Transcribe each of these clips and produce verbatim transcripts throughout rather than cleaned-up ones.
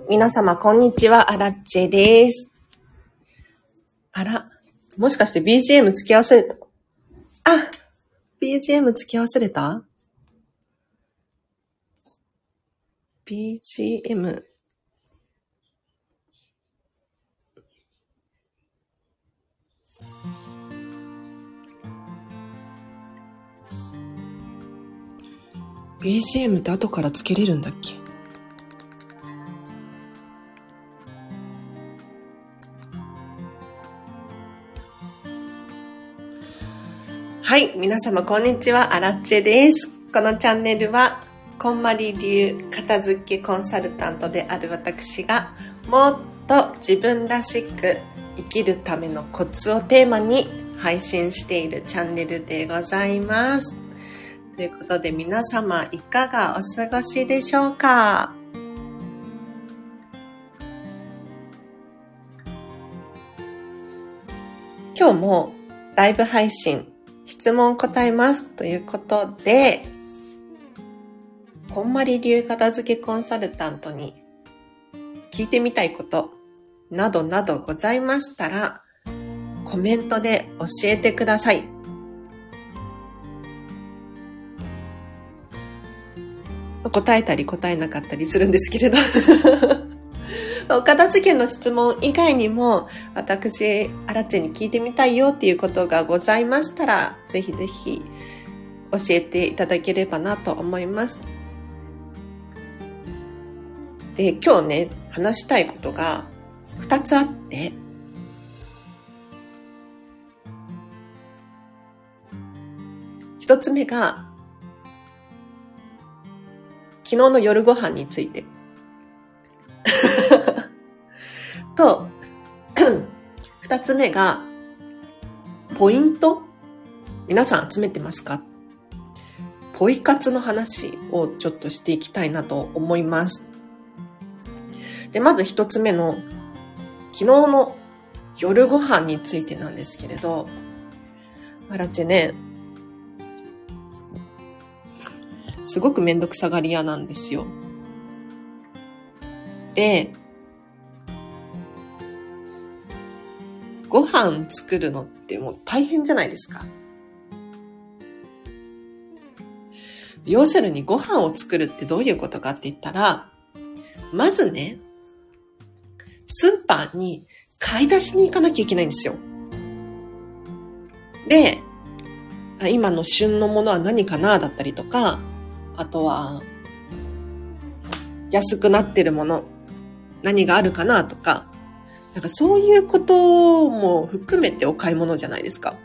皆様こんにちは、アラッチェです。あら、もしかして ビージーエム 付き忘れた？あ、ビージーエム 付き忘れた？ ビージーエム。ビージーエム って後から付けれるんだっけ？はい、皆様こんにちは、アラッチェです。このチャンネルはこんまり流片付けコンサルタントである私がもっと自分らしく生きるためのコツをテーマに配信しているチャンネルでございます。ということで皆様いかがお過ごしでしょうか？今日もライブ配信質問答えますということで、こんまり流片付けコンサルタントに聞いてみたいことなどなどございましたらコメントで教えてください。答えたり答えなかったりするんですけれどお片付けの質問以外にも私アラチェに聞いてみたいよっていうことがございましたらぜひぜひ教えていただければなと思います。で、今日ね話したいことがふたつあって、ひとつめが昨日の夜ご飯についてと二つ目がポイント、皆さん集めてますか？ポイ活の話をちょっとしていきたいなと思います。で、まず一つ目の昨日の夜ご飯についてなんですけれど、アラチェねすごくめんどくさがり屋なんですよ。で、ご飯作るのってもう大変じゃないですか。要するにご飯を作るってどういうことかって言ったら、まずね、スーパーに買い出しに行かなきゃいけないんですよ。で、今の旬のものは何かなだったりとか、あとは安くなってるもの何があるかなとか、なんかそういうことも含めてお買い物じゃないですか。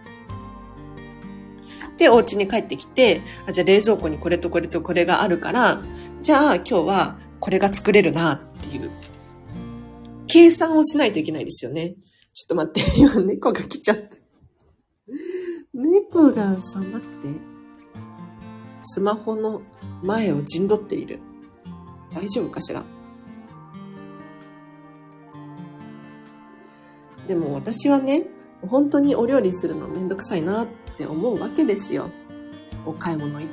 で、お家に帰ってきて、あ、じゃあ冷蔵庫にこれとこれとこれがあるから、じゃあ今日はこれが作れるなっていう計算をしないといけないですよね。ちょっと待って、今猫が来ちゃった。猫がさ、待って。スマホの前を陣取っている。大丈夫かしら？でも私はね、本当にお料理するのめんどくさいなって思うわけですよ。お買い物行って、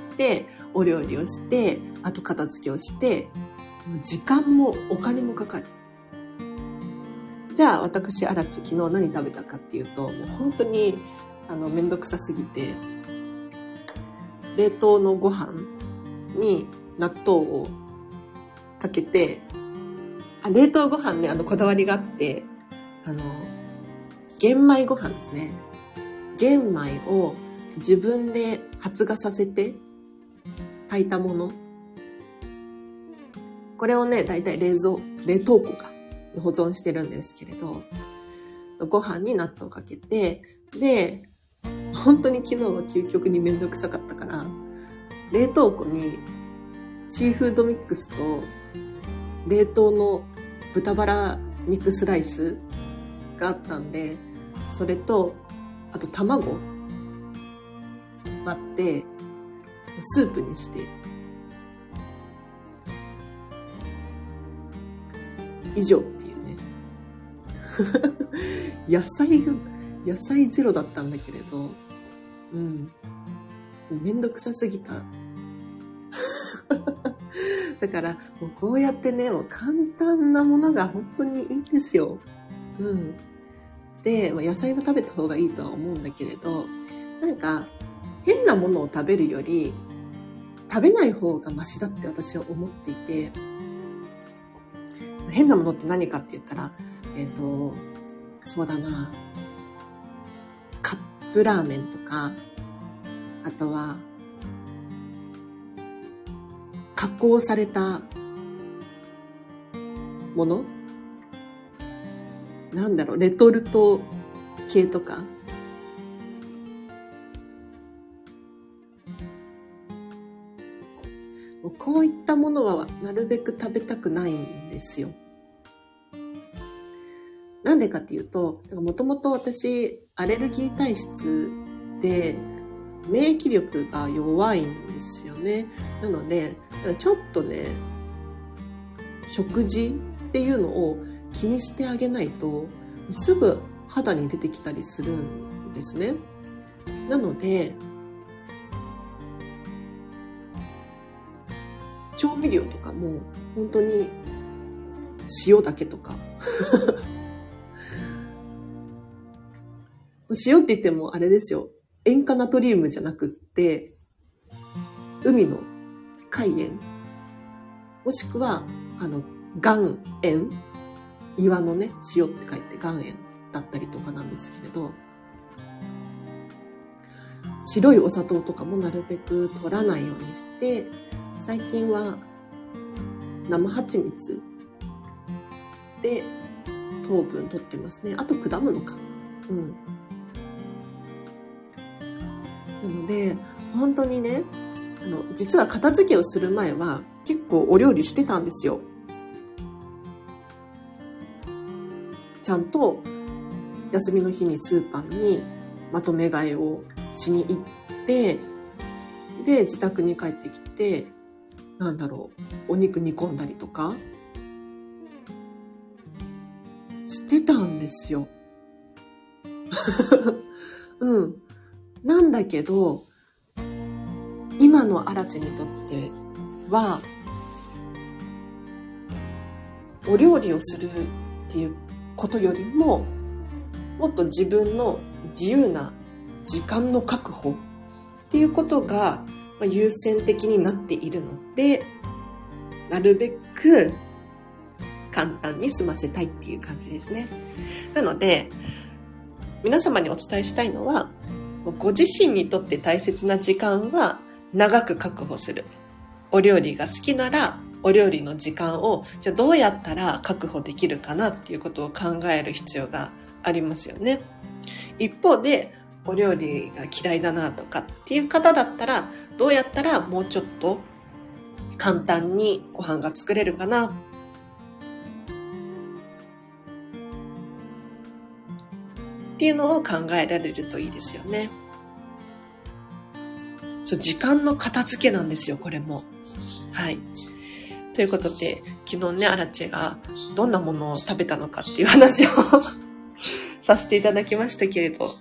お料理をして、あと片付けをして、時間もお金もかかる。じゃあ私、アラチ昨日何食べたかっていうと、もう本当にあのめんどくさすぎて、冷凍のご飯に納豆をかけて、あ、冷凍ご飯ね、あのこだわりがあって、あの玄米ご飯ですね。玄米を自分で発芽させて炊いたもの。これをね、だいたい冷蔵、冷凍庫か保存してるんですけれど、ご飯に納豆をかけて、で、本当に昨日は究極にめんどくさかったから、冷凍庫にシーフードミックスと冷凍の豚バラ肉スライスがあったんで、それとあと卵割ってスープにして以上っていうね野菜が野菜ゼロだったんだけれど、うんめんどくさすぎただから、もうこうやってね、もう簡単なものが本当にいいんですよ。うん。で、野菜は食べた方がいいとは思うんだけれど、なんか、変なものを食べるより、食べない方がマシだって私は思っていて、変なものって何かって言ったら、えっと、そうだな、カップラーメンとか、あとは、加工されたもの、なんだろう、レトルト系とか、こういったものはなるべく食べたくないんですよ。なんでかっていうと、もともと私、アレルギー体質で、免疫力が弱いんですよね。なので、ちょっとね、食事っていうのを気にしてあげないと、すぐ肌に出てきたりするんですね。なので、調味料とかも本当に塩だけとか塩って言ってもあれですよ、塩化ナトリウムじゃなくって海の海塩、もしくはあの岩塩、岩のね、塩って書いて岩塩だったりとかなんですけれど、白いお砂糖とかもなるべく取らないようにして、最近は生蜂蜜で糖分取ってますね。あと果物か。うん。なので、本当にね、あの、実は片付けをする前は結構お料理してたんですよ。ちゃんと休みの日にスーパーにまとめ買いをしに行って、で、自宅に帰ってきて、なんだろう、お肉煮込んだりとかしてたんですよ。うん。なんだけど、今のアラチェにとっては、お料理をするっていうことよりも、もっと自分の自由な時間の確保っていうことが優先的になっているので、なるべく簡単に済ませたいっていう感じですね。なので、皆様にお伝えしたいのは、ご自身にとって大切な時間は長く確保する。お料理が好きなら、お料理の時間を、じゃあどうやったら確保できるかなっていうことを考える必要がありますよね。一方で、お料理が嫌いだなとかっていう方だったら、どうやったらもうちょっと簡単にご飯が作れるかなっていうのを考えられるといいですよね。そう、時間の片付けなんですよ、これも。はい。ということで、昨日ね、アラチェがどんなものを食べたのかっていう話をさせていただきましたけれど、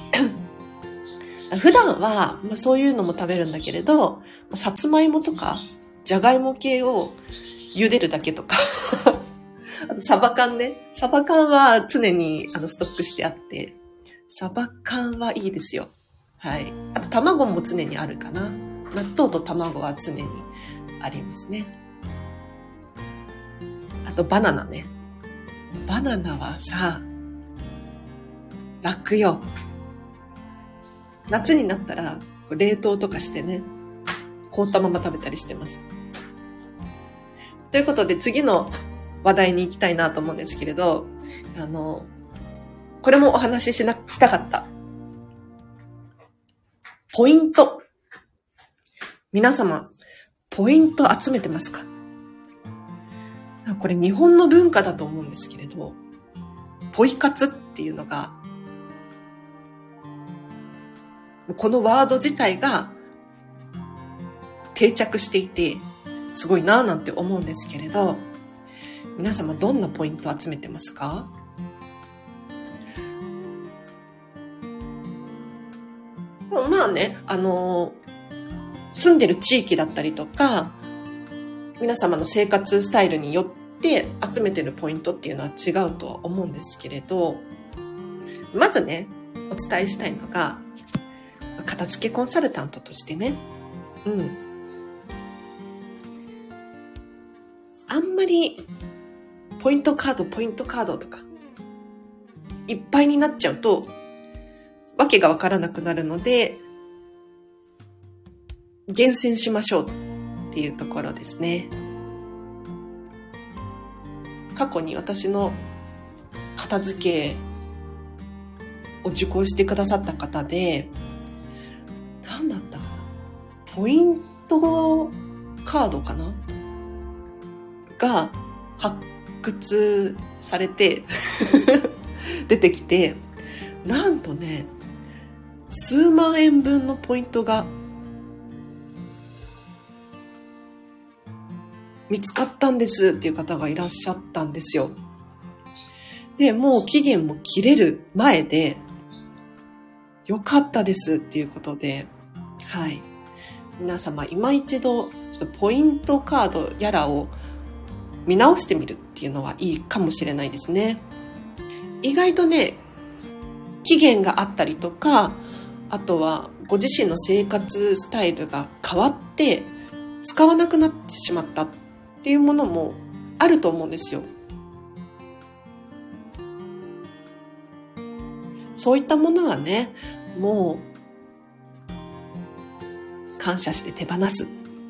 普段は、まあ、そういうのも食べるんだけれど、さつまいもとか、じゃがいも系を茹でるだけとか、あとサバ缶ね。サバ缶は常にあのストックしてあって、サバ缶はいいですよ。はい。あと卵も常にあるかな。納豆と卵は常にありますね。あとバナナね。バナナはさ、楽よ。夏になったら冷凍とかしてね、凍ったまま食べたりしてます。ということで次の話題に行きたいなと思うんですけれど、あの、これもお話ししな、したかった。ポイント。皆様、ポイント集めてますか？これ日本の文化だと思うんですけれど、ポイ活っていうのが、このワード自体が定着していて、すごいなぁなんて思うんですけれど、皆様どんなポイントを集めてますか？まあね、あの、住んでる地域だったりとか、 皆様の生活スタイルによって集めてるポイントっていうのは違うとは思うんですけれど、まずね、お伝えしたいのが、片付けコンサルタントとしてね、うん。あんまり、ポイントカード、ポイントカードとか、いっぱいになっちゃうと、わけがわからなくなるので、厳選しましょうっていうところですね。過去に私の片付けを受講してくださった方で、何だったかな、ポイントカードかなが発掘されて出てきて、なんとね、数万円分のポイントが見つかったんですっていう方がいらっしゃったんですよ。で、もう期限も切れる前で、よかったですっていうことで、はい。皆様今一度、ちょっとポイントカードやらを見直してみるっていうのはいいかもしれないですね。意外とね、期限があったりとか、あとはご自身の生活スタイルが変わって使わなくなってしまったっていうものもあると思うんですよ。そういったものはね、もう感謝して手放す。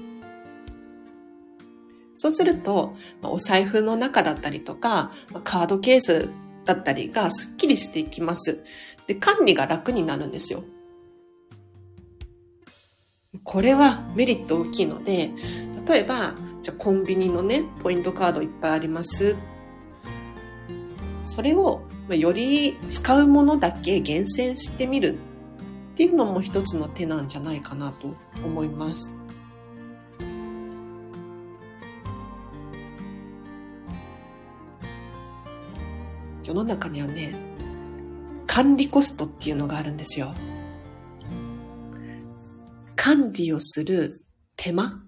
そうすると、お財布の中だったりとか、カードケースだったりがすっきりしていきます。で、管理が楽になるんですよ。これはメリット大きいので、例えば、じゃあコンビニのね、ポイントカードいっぱいあります。それをより使うものだけ厳選してみるっていうのも一つの手なんじゃないかなと思います。世の中にはね、管理コストっていうのがあるんですよ。管理をする手間。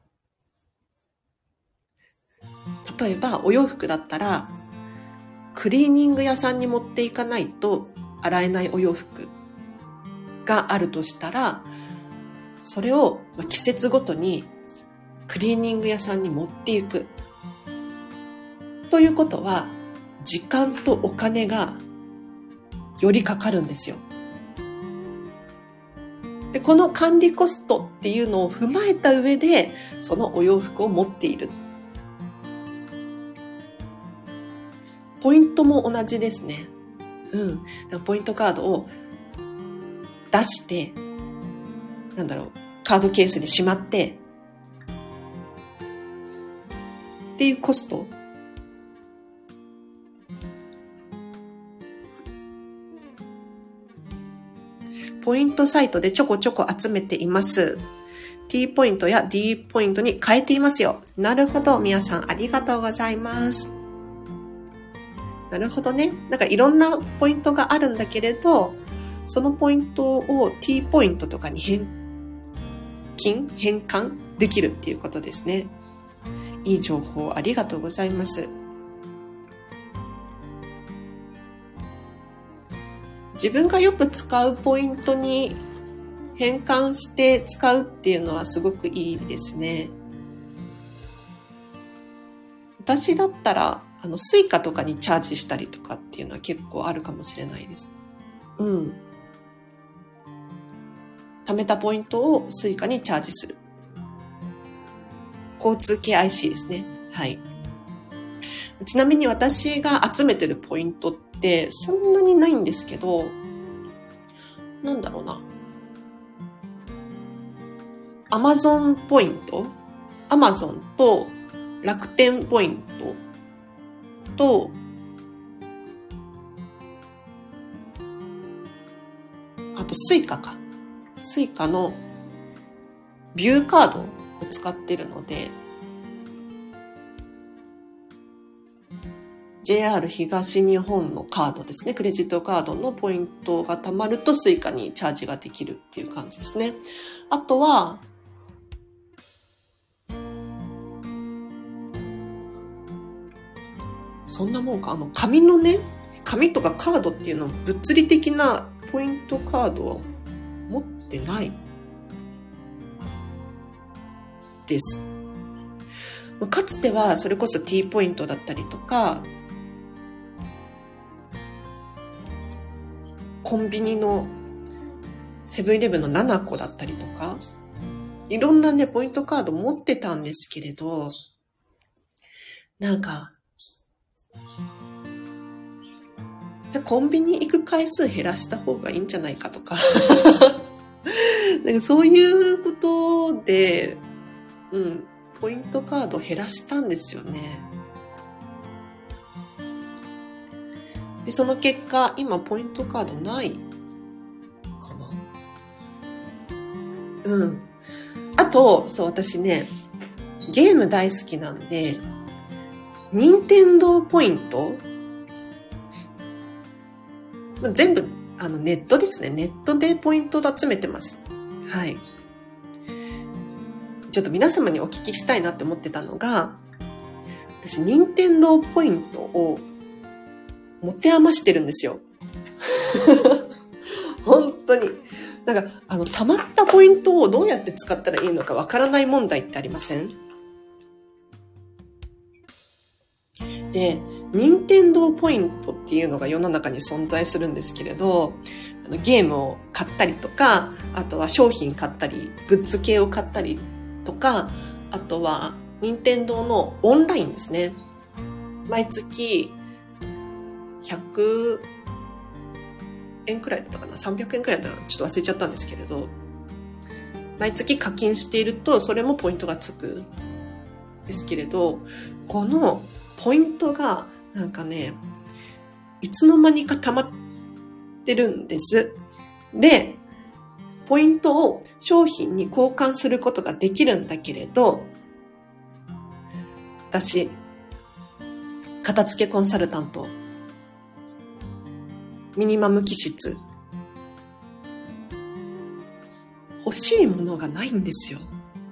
例えばお洋服だったら、クリーニング屋さんに持っていかないと洗えないお洋服があるとしたら、それを季節ごとにクリーニング屋さんに持っていく。ということは、時間とお金がよりかかるんですよ。で、この管理コストっていうのを踏まえた上で、そのお洋服を持っている。ポイントも同じですね。うん。ポイントカードを出して、なんだろう、カードケースにしまって、っていうコスト。ポイントサイトでちょこちょこ集めています。T ポイントや D ポイントに変えていますよ。なるほど。皆さんありがとうございます。なるほどね。なんかいろんなポイントがあるんだけれど、そのポイントを T ポイントとかに返金、変換できるっていうことですね。いい情報ありがとうございます。自分がよく使うポイントに変換して使うっていうのはすごくいいですね。私だったら、あの、スイカとかにチャージしたりとかっていうのは結構あるかもしれないです。うん。貯めたポイントをスイカにチャージする。交通系 アイシー ですね。はい。ちなみに私が集めてるポイントってそんなにないんですけど、なんだろうな。Amazon ポイント、Amazon と楽天ポイントと、あとスイカか。スイカのビューカードを使ってるので、ジェイアール 東日本のカードですね。クレジットカードのポイントが貯まるとスイカにチャージができるっていう感じですね。あとは、 そんなもんか。あの、紙のね、紙とかカードっていうの物理的なポイントカードは持ってないです。かつてはそれこそ T ポイントだったりとか、コンビニのセブンイレブンのななこだったりとか、いろんなね、ポイントカード持ってたんですけれど、なんか、じゃあコンビニ行く回数減らした方がいいんじゃないかとか、なんかそういうことで、うん、ポイントカード減らしたんですよね。で、その結果、今ポイントカードないかな。うん。あと、そう、私ね、ゲーム大好きなんで、任天堂ポイント全部、あの、ネットですね。ネットでポイントを集めてます。はい。ちょっと皆様にお聞きしたいなって思ってたのが、私、任天堂ポイントを持て余してるんですよ。本当に。なんか、あの、溜まったポイントをどうやって使ったらいいのかわからない問題ってありません？で、任天堂ポイントっていうのが世の中に存在するんですけれど、あのゲームを買ったりとか、あとは商品買ったり、グッズ系を買ったりとか、あとは任天堂のオンラインですね。毎月ひゃくえんくらいだったかな ?さんびゃくえんくらいだったかな、ちょっと忘れちゃったんですけれど、毎月課金しているとそれもポイントがつくんですけれど、このポイントがなんかね、いつの間にか溜まってるんです。で、ポイントを商品に交換することができるんだけれど、私、片付けコンサルタント、ミニマム気質、欲しいものがないんですよ。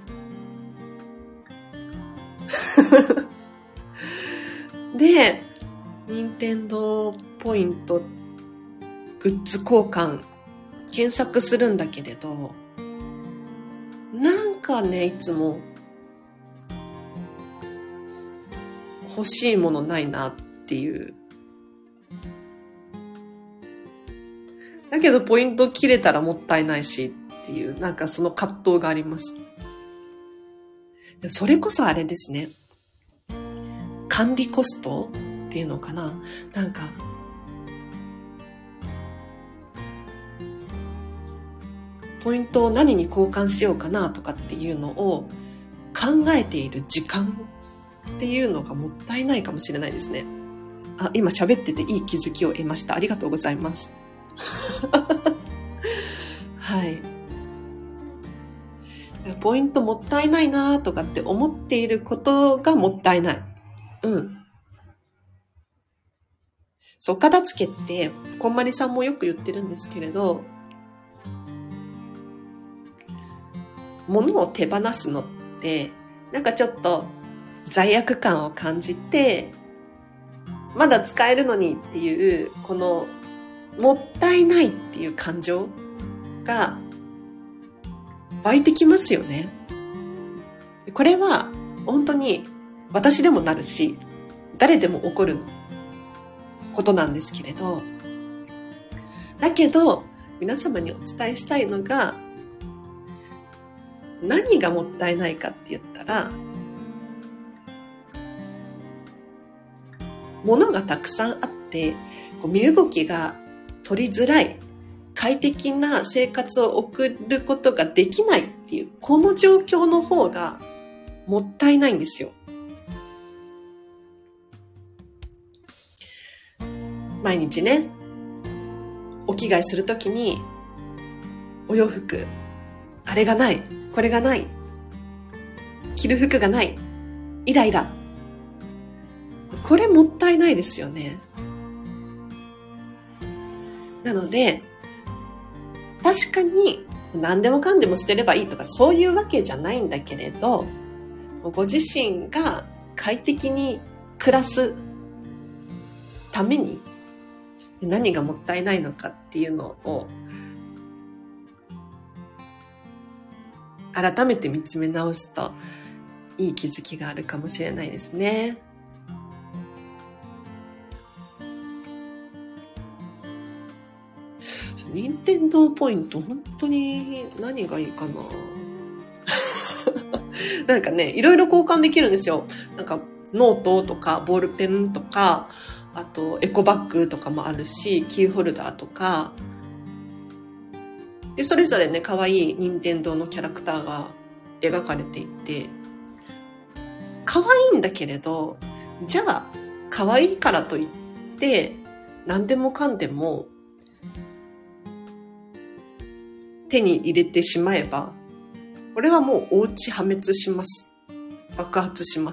で、任天堂ポイントグッズ交換検索するんだけれど、なんかね、いつも欲しいものないなっていう。だけどポイント切れたらもったいないしっていう、なんかその葛藤があります。それこそあれですね。管理コストっていうのかな。なんか、ポイントを何に交換しようかなとかっていうのを考えている時間っていうのがもったいないかもしれないですね。あ、今喋ってていい気づきを得ました。ありがとうございます。はい。ポイントもったいないなとかって思っていることがもったいない。うん。そう、片付けって、こんまりさんもよく言ってるんですけれど、物を手放すのって、なんかちょっと罪悪感を感じて、まだ使えるのにっていう、この、もったいないっていう感情が湧いてきますよね。これは本当に私でもなるし、誰でも起こることなんですけれど、だけど皆様にお伝えしたいのが、何がもったいないかって言ったら、物がたくさんあって、こう身動きが取りづらい、快適な生活を送ることができないっていう、この状況の方がもったいないんですよ。毎日ね、お着替えするときに、お洋服、あれがない、これがない、着る服がない、イライラ。これもったいないですよね。なので、確かに何でもかんでも捨てればいいとかそういうわけじゃないんだけれど、ご自身が快適に暮らすために何がもったいないのかっていうのを改めて見つめ直すといい気づきがあるかもしれないですね。任天堂ポイント本当に何がいいかななんかね、いろいろ交換できるんですよ。なんかノートとかボールペンとか、あとエコバッグとかもあるし、キーホルダーとか。で、それぞれね、可愛い任天堂のキャラクターが描かれていて、可愛いんだけれど、じゃあ、可愛いからといって、何でもかんでも手に入れてしまえば、これはもうお家破滅します。爆発します。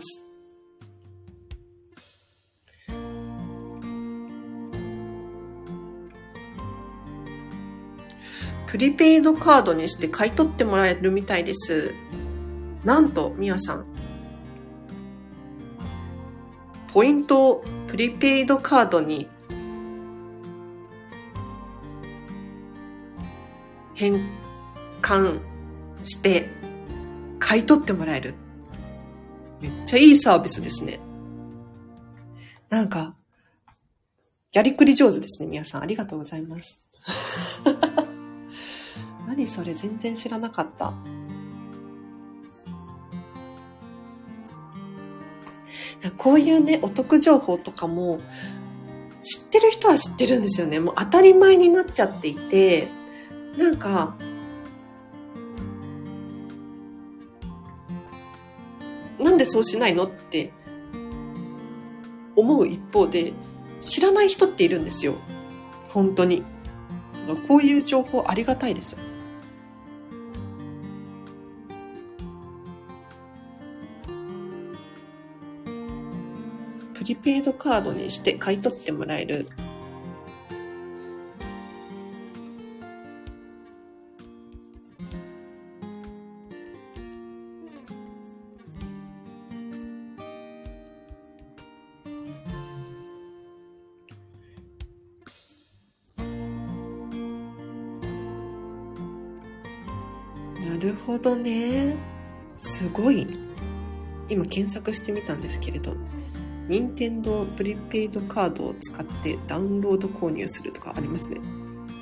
プリペイドカードにして買い取ってもらえるみたいです。なんと、みやさん。ポイントをプリペイドカードに変換して買い取ってもらえる。めっちゃいいサービスですね。なんか、やりくり上手ですね、みやさん。ありがとうございます。何それ、全然知らなかった。こういうね、お得情報とかも知ってる人は知ってるんですよね。もう当たり前になっちゃっていて、なんか、なんでそうしないのって思う一方で、知らない人っているんですよ。本当に。こういう情報ありがたいです。プリペイドカードにして買い取ってもらえる。なるほどね。すごい。今検索してみたんですけれど、任天堂プリペイドカードを使ってダウンロード購入するとかありますね。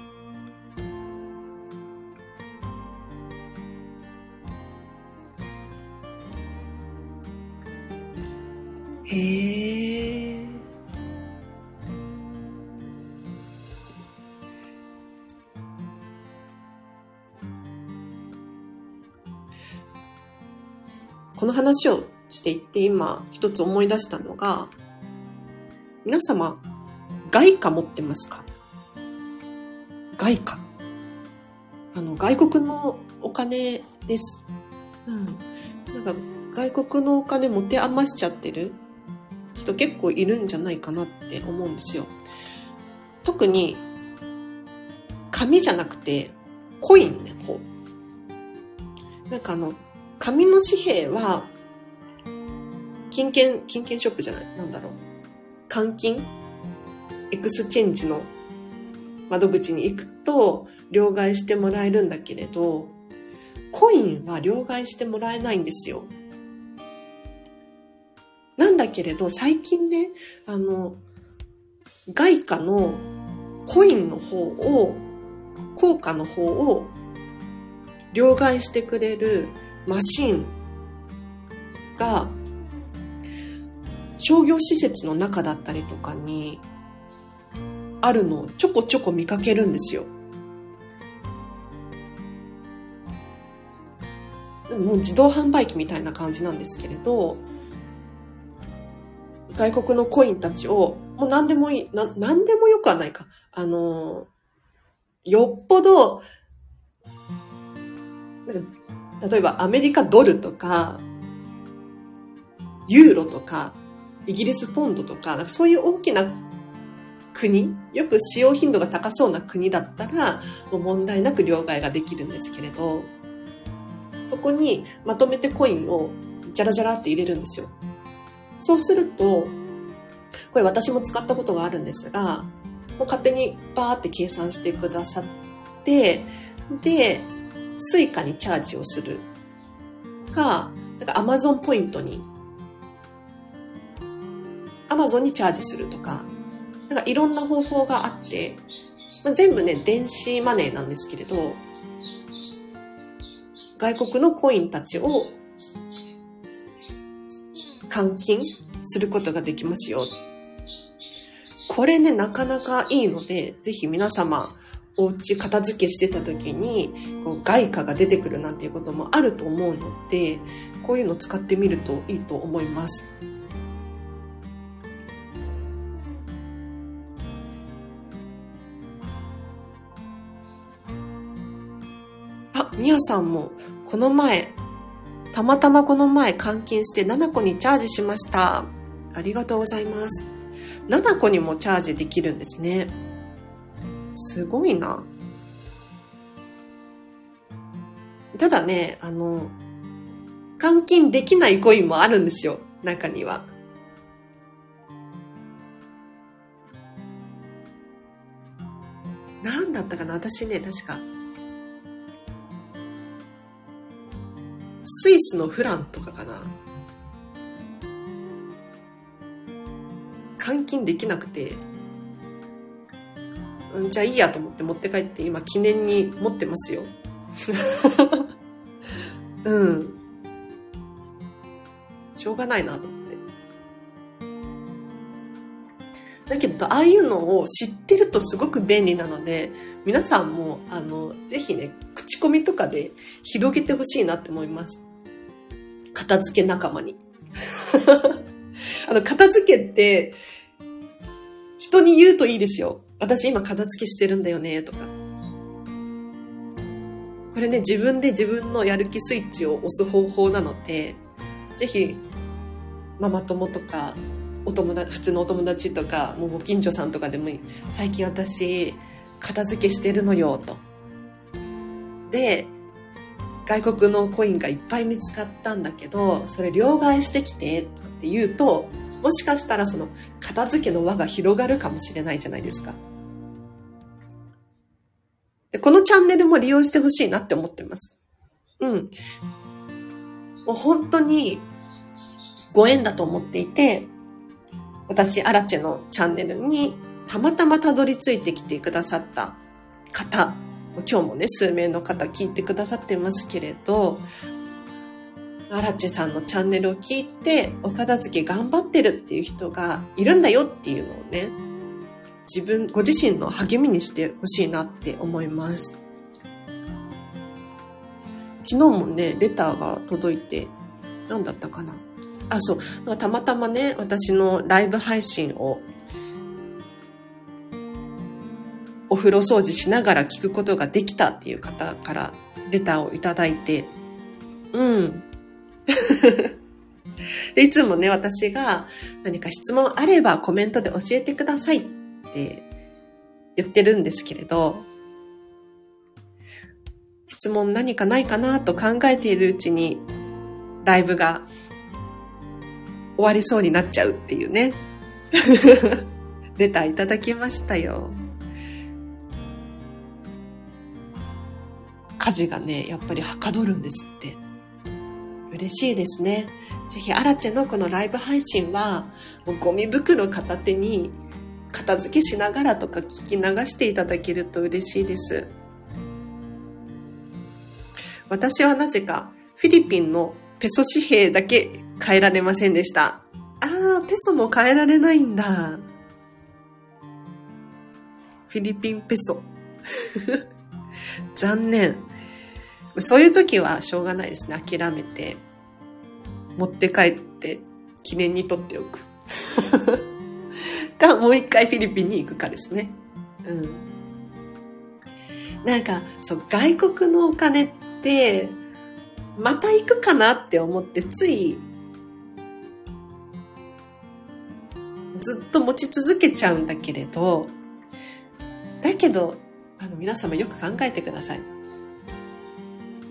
へー。この話をしていって今一つ思い出したのが、皆様外貨持ってますか？外貨。あの外国のお金です。うん。なんか外国のお金持て余しちゃってる人結構いるんじゃないかなって思うんですよ。特に紙じゃなくてコインの方。なんかあの紙の紙幣は金券、金券ショップじゃない、なんだろう。換金エクスチェンジの窓口に行くと両替してもらえるんだけれど、コインは両替してもらえないんですよ。なんだけれど、最近ね、あの、外貨のコインの方を、硬貨の方を両替してくれるマシンが商業施設の中だったりとかにあるのをちょこちょこ見かけるんですよ。もう自動販売機みたいな感じなんですけれど、外国のコインたちをもう何でもいい、な何でもよくはないか。あの、よっぽど、例えばアメリカドルとか、ユーロとか、イギリスポンドとか、なんかそういう大きな国、よく使用頻度が高そうな国だったら、もう問題なく両替ができるんですけれど、そこにまとめてコインをジャラジャラって入れるんですよ。そうすると、 これ私も使ったことがあるんですが、もう勝手にバーって計算してくださって、で、スイカにチャージをするか、だから Amazon ポイントに、Amazon にチャージするとか、なんかいろんな方法があって、全部ね、電子マネーなんですけれど、外国のコインたちを換金することができますよ。これね、なかなかいいので、ぜひ皆様、お家片付けしてた時に、こう外貨が出てくるなんていうこともあると思うので、こういうのを使ってみるといいと思います。あ、みやさんも、この前、たまたまこの前換金してななこにチャージしました。ありがとうございます。ななこにもチャージできるんですね。すごいな。ただね、あの、換金できないコインもあるんですよ、中には。なんだったかな、私ね、確か。スイスのフランとかかな。換金できなくて、うん、じゃあいいやと思って持って帰って今記念に持ってますよ。うん。しょうがないなと思って。だけど、ああいうのを知ってるとすごく便利なので、皆さんも、あの、ぜひね、口コミとかで広げてほしいなって思います。片付け仲間に。あの、片付けって、人に言うといいですよ。私今片付けしてるんだよね、とか。これね、自分で自分のやる気スイッチを押す方法なので、ぜひ、ママ友とか、お友達、普通のお友達とか、もうご近所さんとかでもいい。最近私、片付けしてるのよ、と。で、外国のコインがいっぱい見つかったんだけど、それ両替してきて、とかって言うと、もしかしたらその片付けの輪が広がるかもしれないじゃないですか。で、このチャンネルも利用してほしいなって思ってます。うん。もう本当にご縁だと思っていて、私、アラチェのチャンネルにたまたまたどり着いてきてくださった方、今日もね、数名の方聞いてくださってますけれど、アラチェさんのチャンネルを聞いて、お片付け頑張ってるっていう人がいるんだよっていうのをね、自分、ご自身の励みにしてほしいなって思います。昨日もね、レターが届いて、何だったかな。あ、そう。たまたまね、私のライブ配信をお風呂掃除しながら聞くことができたっていう方からレターをいただいて、うん。でいつもね、私が何か質問あればコメントで教えてくださいって言ってるんですけれど、質問何かないかなと考えているうちにライブが終わりそうになっちゃうっていうね。レターいただきましたよ。家事がね、やっぱりはかどるんですって。嬉しいですね。ぜひアラチェのこのライブ配信は、もうゴミ袋片手に片付けしながらとか聞き流していただけると嬉しいです。私はなぜかフィリピンのペソ紙幣だけ変えられませんでした。あー、ペソも変えられないんだ。フィリピンペソ。残念。そういう時はしょうがないですね。諦めて。持って帰って記念に取っておく。か、もう一回フィリピンに行くかですね。うん。なんか、そう、外国のお金って、また行くかなって思ってつい、ずっと持ち続けちゃうんだけれど、だけど、あの、皆様よく考えてください。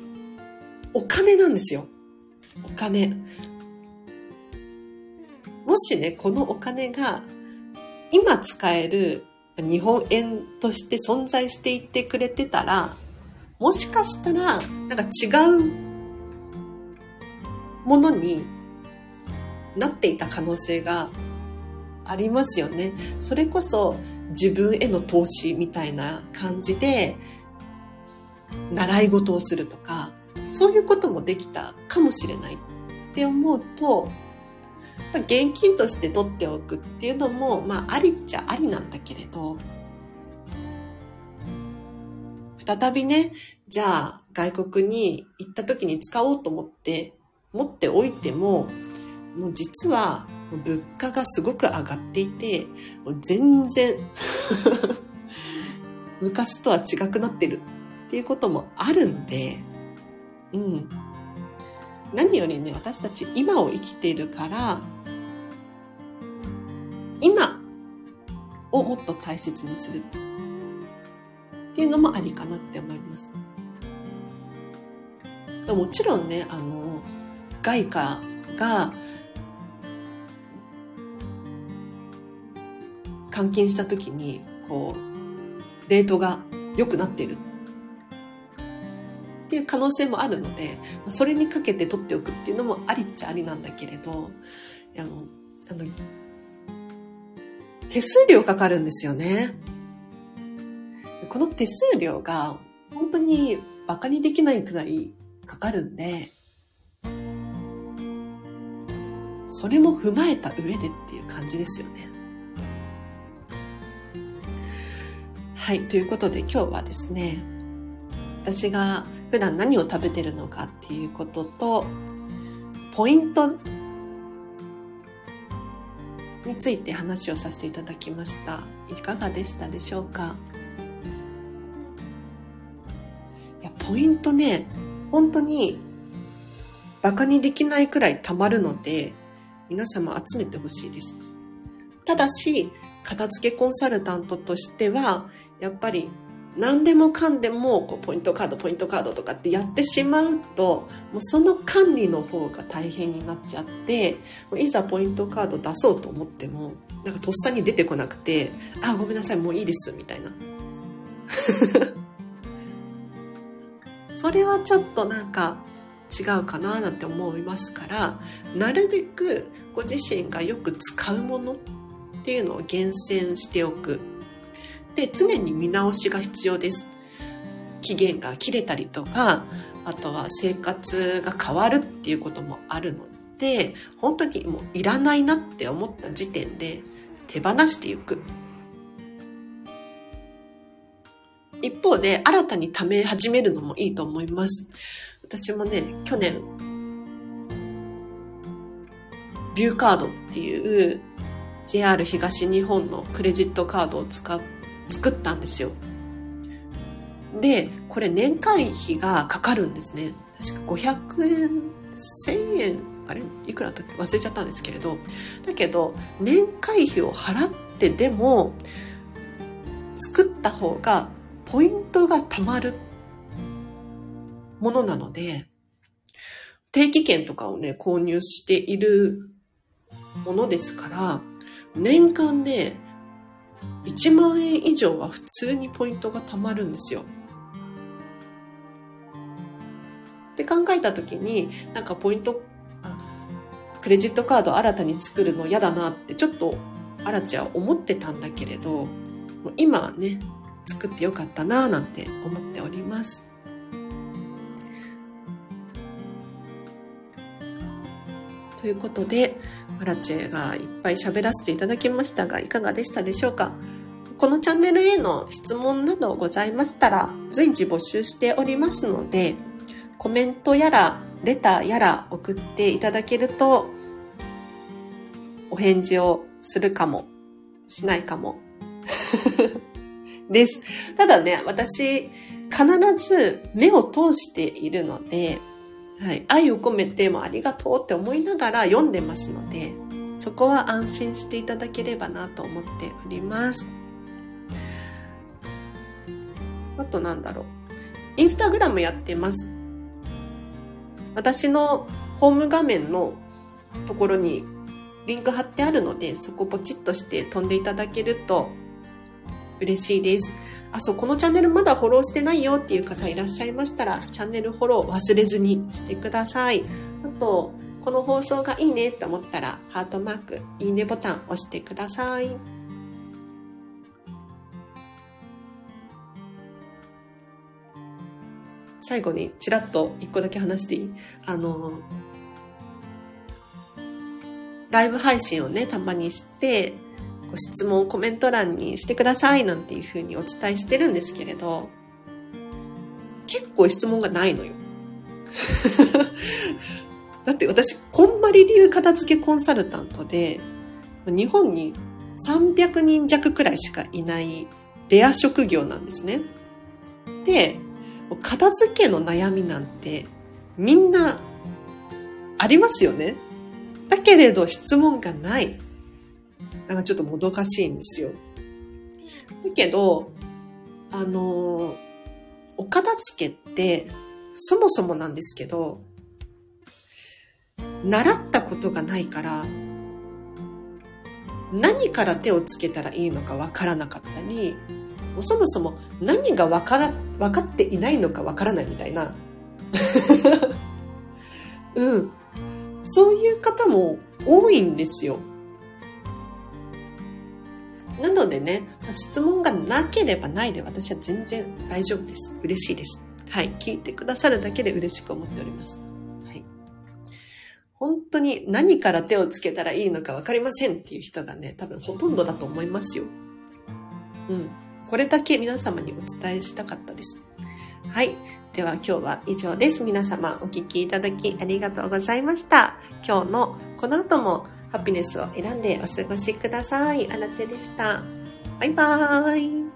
お金なんですよ。お金。もしね、このお金が今使える日本円として存在していってくれてたら、もしかしたらなんか違うものになっていた可能性がありますよね。それこそ自分への投資みたいな感じで習い事をするとか、そういうこともできたかもしれないって思うと、現金として取っておくっていうのも、まあ、ありっちゃありなんだけれど、再びね、じゃあ外国に行った時に使おうと思って持っておいても、もう実は物価がすごく上がっていて、もう全然昔とは違くなってるっていうこともあるんで、うん。何よりね、私たち今を生きているから、今をもっと大切にするっていうのもありかなって思います。もちろんね、あの、外貨が換金した時に、こう、レートが良くなっているっていう可能性もあるので、それにかけて取っておくっていうのもありっちゃありなんだけれど、あの、あの手数料かかるんですよね。この手数料が本当にバカにできないくらいかかるんで、それも踏まえた上でっていう感じですよね。はい、ということで今日はですね、私が普段何を食べてるのかっていうことと、ポイントについて話をさせていただきました。いかがでしたでしょうか？いや、ポイントね、本当にバカにできないくらい貯まるので、皆様集めてほしいです。ただし、片付けコンサルタントとしては、やっぱり何でもかんでもこうポイントカード、ポイントカードとかってやってしまうと、もうその管理の方が大変になっちゃって、いざポイントカード出そうと思っても、なんかとっさに出てこなくて、あ、ごめんなさい、もういいです、みたいな。それはちょっとなんか違うかななんて思いますから、なるべくご自身がよく使うものっていうのを厳選しておく。で、常に見直しが必要です。期限が切れたりとか、あとは生活が変わるっていうこともあるので、本当にもういらないなって思った時点で手放していく。一方で新たに貯め始めるのもいいと思います。私もね、去年ビューカードっていう ジェイアール 東日本のクレジットカードを使っ作ったんですよ。で、これ年会費がかかるんですね。確かごひゃくえん、せんえん、あれいくらだったっけ忘れちゃったんですけれど、だけど年会費を払ってでも作った方がポイントが貯まるものなので、定期券とかをね購入しているものですから、年間でいちまんえん以上は普通にポイントが貯まるんですよ。って考えたときに、なんかポイント、クレジットカード新たに作るの嫌だなってちょっとアラチは思ってたんだけれど、もう今はね、作ってよかったなぁなんて思っております。ということで、アラチェがいっぱい喋らせていただきましたが、いかがでしたでしょうか？このチャンネルへの質問などございましたら、随時募集しておりますので、コメントやら、レターやら送っていただけると、お返事をするかも、しないかも。です。ただね、私、必ず目を通しているので、はい、愛を込めてもありがとうって思いながら読んでますので、そこは安心していただければなと思っております。あとなんだろう。インスタグラムやってます。私のホーム画面のところにリンク貼ってあるので、そこポチッとして飛んでいただけると嬉しいです。あ、そう、このチャンネルまだフォローしてないよっていう方いらっしゃいましたら、チャンネルフォロー忘れずにしてください。あと、この放送がいいねって思ったら、ハートマーク、いいねボタン押してください。最後にちらっと一個だけ話していい？あの、ライブ配信をね、たまにして、ご質問をコメント欄にしてくださいなんていうふうにお伝えしてるんですけれど、結構質問がないのよ。だって私、こんまり流片付けコンサルタントで、日本にさんびゃくにん弱くらいしかいないレア職業なんですね。で、片付けの悩みなんてみんなありますよね。だけれど質問がない。なんかちょっともどかしいんですよ。だけど、あの、お片付けってそもそもなんですけど、習ったことがないから、何から手をつけたらいいのかわからなかったり、そもそも何がわから、わかっていないのかわからないみたいな。うん。そういう方も多いんですよ。なのでね、質問がなければないで私は全然大丈夫です。嬉しいです。はい。聞いてくださるだけで嬉しく思っております。はい。本当に何から手をつけたらいいのかわかりませんっていう人がね、多分ほとんどだと思いますよ。うん。これだけ皆様にお伝えしたかったです。はい。では今日は以上です。皆様お聞きいただきありがとうございました。今日のこの後もハピネスを選んでお過ごしください。アラチェでした。バイバーイ。